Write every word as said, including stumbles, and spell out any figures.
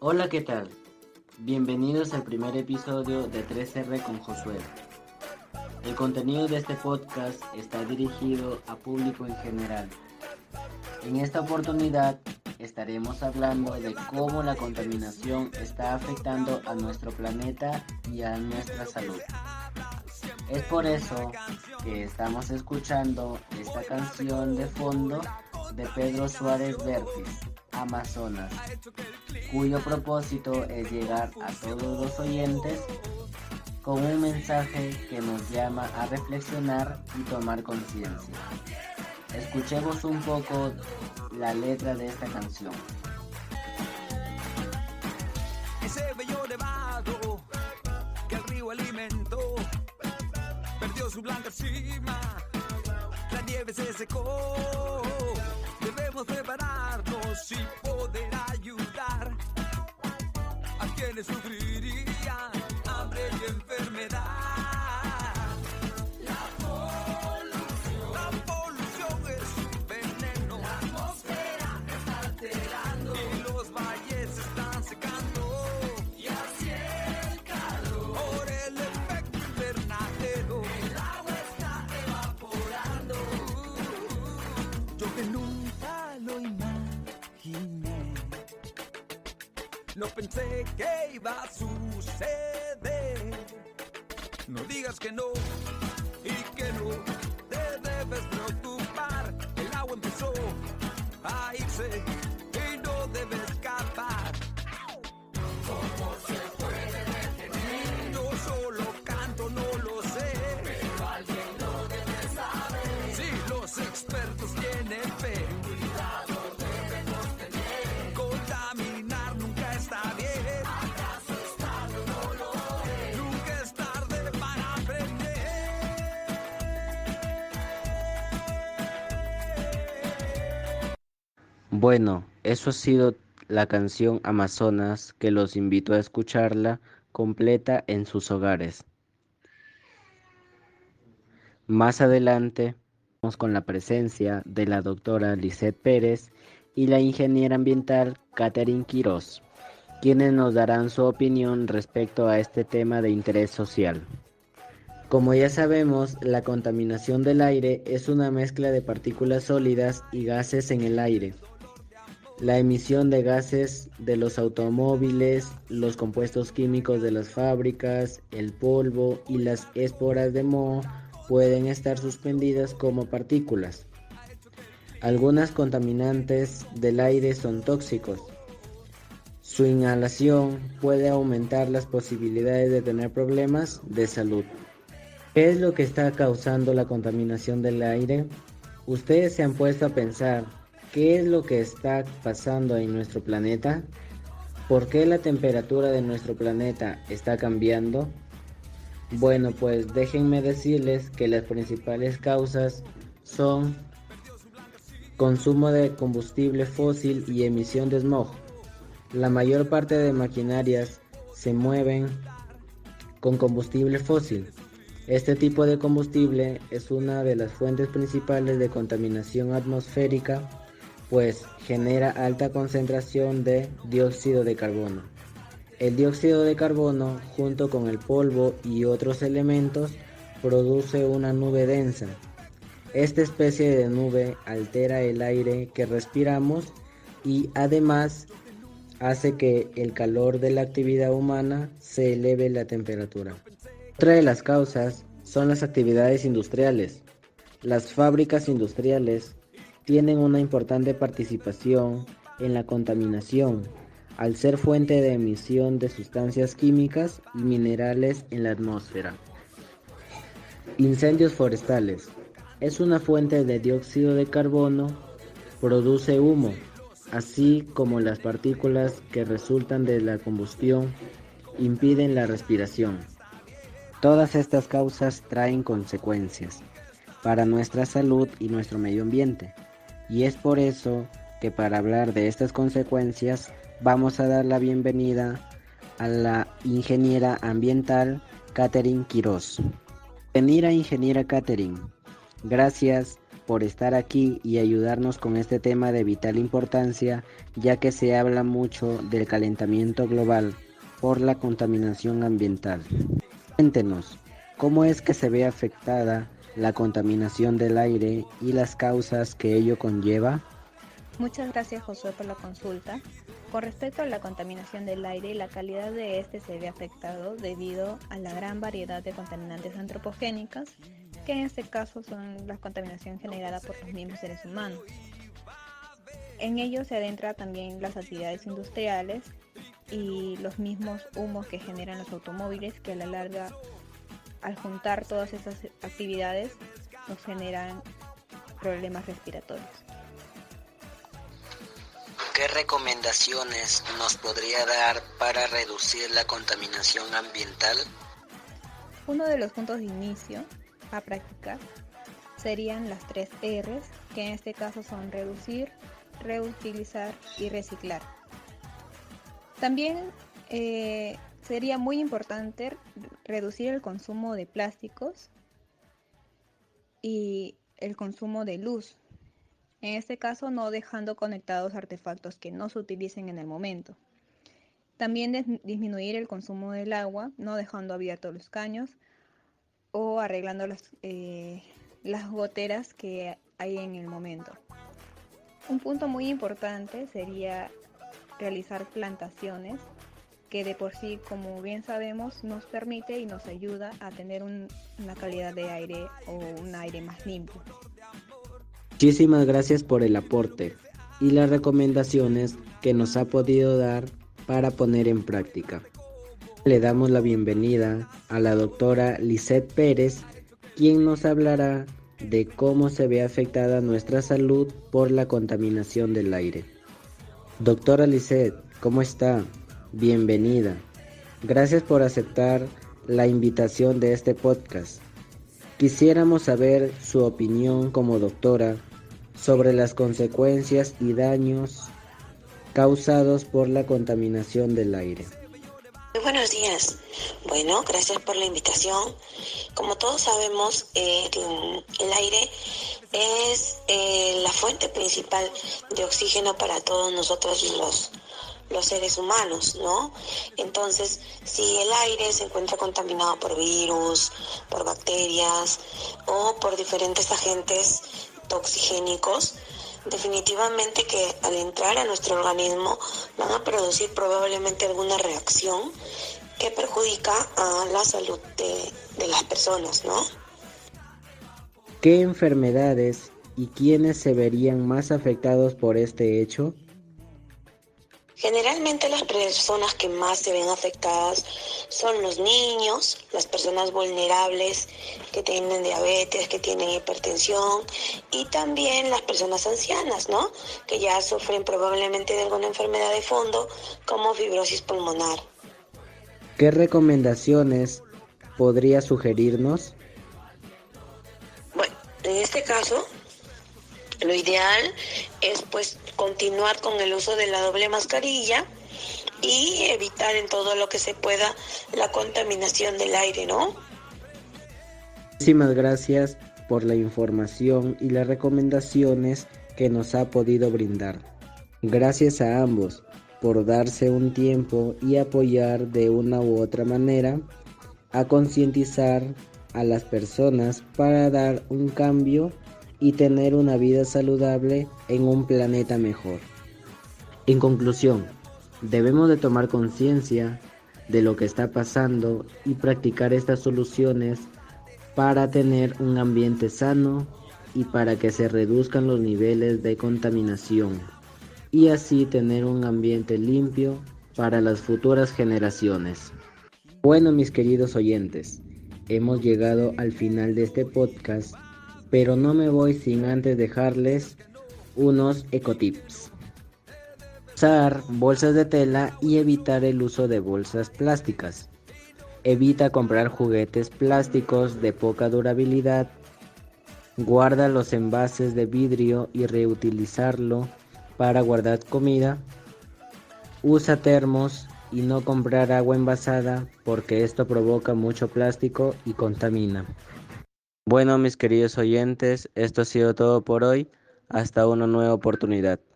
Hola, ¿qué tal? Bienvenidos al primer episodio de tres erre con Josué. El contenido de este podcast está dirigido a público en general. En esta oportunidad estaremos hablando de cómo la contaminación está afectando a nuestro planeta y a nuestra salud. Es por eso que estamos escuchando esta canción de fondo de Pedro Suárez Vértiz, Amazonas, cuyo propósito es llegar a todos los oyentes con un mensaje que nos llama a reflexionar y tomar conciencia. Escuchemos un poco la letra de esta canción. Ese bello nevado que el río alimentó perdió su blanca cima, la nieve se secó. Debemos prepararnos y poder ayudar a quienes sufrirían hambre y enfermedad. La polución, la polución es un veneno. La atmósfera está alterando y los valles se están secando. Y así el calor por el efecto invernadero. El agua está evaporando. Yo que nunca lo imaginé, no pensé que iba a suceder. No digas que no y que no te debes preocupar. El agua empezó a irse y no debe escapar. ¿Cómo se puede detener? Yo solo canto, no lo sé, pero alguien lo debe saber. Si los expertos tienen fe, cuidado debemos tener. Contaminar nunca está bien. ¿Acaso es tarde o no lo es? Nunca es tarde para aprender. Bueno, eso ha sido la canción Amazonas, que los invito a escucharla completa en sus hogares. Más adelante, vamos con la presencia de la doctora Lisette Pérez y la ingeniera ambiental Catherine Quiroz, quienes nos darán su opinión respecto a este tema de interés social. Como ya sabemos, la contaminación del aire es una mezcla de partículas sólidas y gases en el aire. La emisión de gases de los automóviles, los compuestos químicos de las fábricas, el polvo y las esporas de moho pueden estar suspendidas como partículas. Algunas contaminantes del aire son tóxicos. Su inhalación puede aumentar las posibilidades de tener problemas de salud. ¿Qué es lo que está causando la contaminación del aire? ¿Ustedes se han puesto a pensar qué es lo que está pasando en nuestro planeta? ¿Por qué la temperatura de nuestro planeta está cambiando? Bueno, pues déjenme decirles que las principales causas son consumo de combustible fósil y emisión de smog. La mayor parte de maquinarias se mueven con combustible fósil. Este tipo de combustible es una de las fuentes principales de contaminación atmosférica, pues genera alta concentración de dióxido de carbono. El dióxido de carbono, junto con el polvo y otros elementos, produce una nube densa. Esta especie de nube altera el aire que respiramos y además hace que el calor de la actividad humana se eleve la temperatura. Otra de las causas son las actividades industriales. Las fábricas industriales tienen una importante participación en la contaminación, al ser fuente de emisión de sustancias químicas y minerales en la atmósfera. Incendios forestales. Es una fuente de dióxido de carbono, produce humo, así como las partículas que resultan de la combustión impiden la respiración. Todas estas causas traen consecuencias para nuestra salud y nuestro medio ambiente, y es por eso que para hablar de estas consecuencias vamos a dar la bienvenida a la ingeniera ambiental Catherine Quiroz. Bienvenida, ingeniera Catherine. Gracias por estar aquí y ayudarnos con este tema de vital importancia, ya que se habla mucho del calentamiento global por la contaminación ambiental. Cuéntenos, ¿cómo es que se ve afectada la contaminación del aire y las causas que ello conlleva? Muchas gracias, Josué, por la consulta. Con respecto a la contaminación del aire, la calidad de este se ve afectado debido a la gran variedad de contaminantes antropogénicas, que en este caso son la contaminación generada por los mismos seres humanos. En ello se adentra también las actividades industriales y los mismos humos que generan los automóviles, que a la larga, al juntar todas estas actividades, nos generan problemas respiratorios. ¿Qué recomendaciones nos podría dar para reducir la contaminación ambiental? Uno de los puntos de inicio a practicar serían las tres R's, que en este caso son reducir, reutilizar y reciclar. También eh, sería muy importante reducir el consumo de plásticos y el consumo de luz. En este caso, no dejando conectados artefactos que no se utilicen en el momento. También des- disminuir el consumo del agua, no dejando abiertos los caños o arreglando las, eh, las goteras que hay en el momento. Un punto muy importante sería realizar plantaciones, que de por sí, como bien sabemos, nos permite y nos ayuda a tener un, una calidad de aire o un aire más limpio. Muchísimas gracias por el aporte y las recomendaciones que nos ha podido dar para poner en práctica. Le damos la bienvenida a la doctora Lisette Pérez, quien nos hablará de cómo se ve afectada nuestra salud por la contaminación del aire. Doctora Lisette, ¿cómo está? Bienvenida. Gracias por aceptar la invitación de este podcast. Quisiéramos saber su opinión como doctora sobre las consecuencias y daños causados por la contaminación del aire. Muy buenos días. Bueno, gracias por la invitación. Como todos sabemos, eh, el aire es eh, la fuente principal de oxígeno para todos nosotros los los seres humanos, ¿no? Entonces, si el aire se encuentra contaminado por virus, por bacterias o por diferentes agentes toxigénicos, definitivamente que al entrar a nuestro organismo van a producir probablemente alguna reacción que perjudica a la salud de, de las personas, ¿no? ¿Qué enfermedades y quiénes se verían más afectados por este hecho? Generalmente las personas que más se ven afectadas son los niños, las personas vulnerables que tienen diabetes, que tienen hipertensión y también las personas ancianas, ¿no? Que ya sufren probablemente de alguna enfermedad de fondo como fibrosis pulmonar. ¿Qué recomendaciones podría sugerirnos? Bueno, en este caso, lo ideal es pues continuar con el uso de la doble mascarilla y evitar en todo lo que se pueda la contaminación del aire, ¿no? Muchísimas gracias por la información y las recomendaciones que nos ha podido brindar. Gracias a ambos por darse un tiempo y apoyar de una u otra manera a concientizar a las personas para dar un cambio y tener una vida saludable en un planeta mejor. En conclusión, debemos de tomar conciencia de lo que está pasando y practicar estas soluciones para tener un ambiente sano y para que se reduzcan los niveles de contaminación y así tener un ambiente limpio para las futuras generaciones. Bueno, mis queridos oyentes, hemos llegado al final de este podcast, pero no me voy sin antes dejarles unos ecotips. Usar bolsas de tela y evitar el uso de bolsas plásticas. Evita comprar juguetes plásticos de poca durabilidad. Guarda los envases de vidrio y reutilizarlo para guardar comida. Usa termos y no comprar agua envasada porque esto provoca mucho plástico y contamina. Bueno, mis queridos oyentes, esto ha sido todo por hoy. Hasta una nueva oportunidad.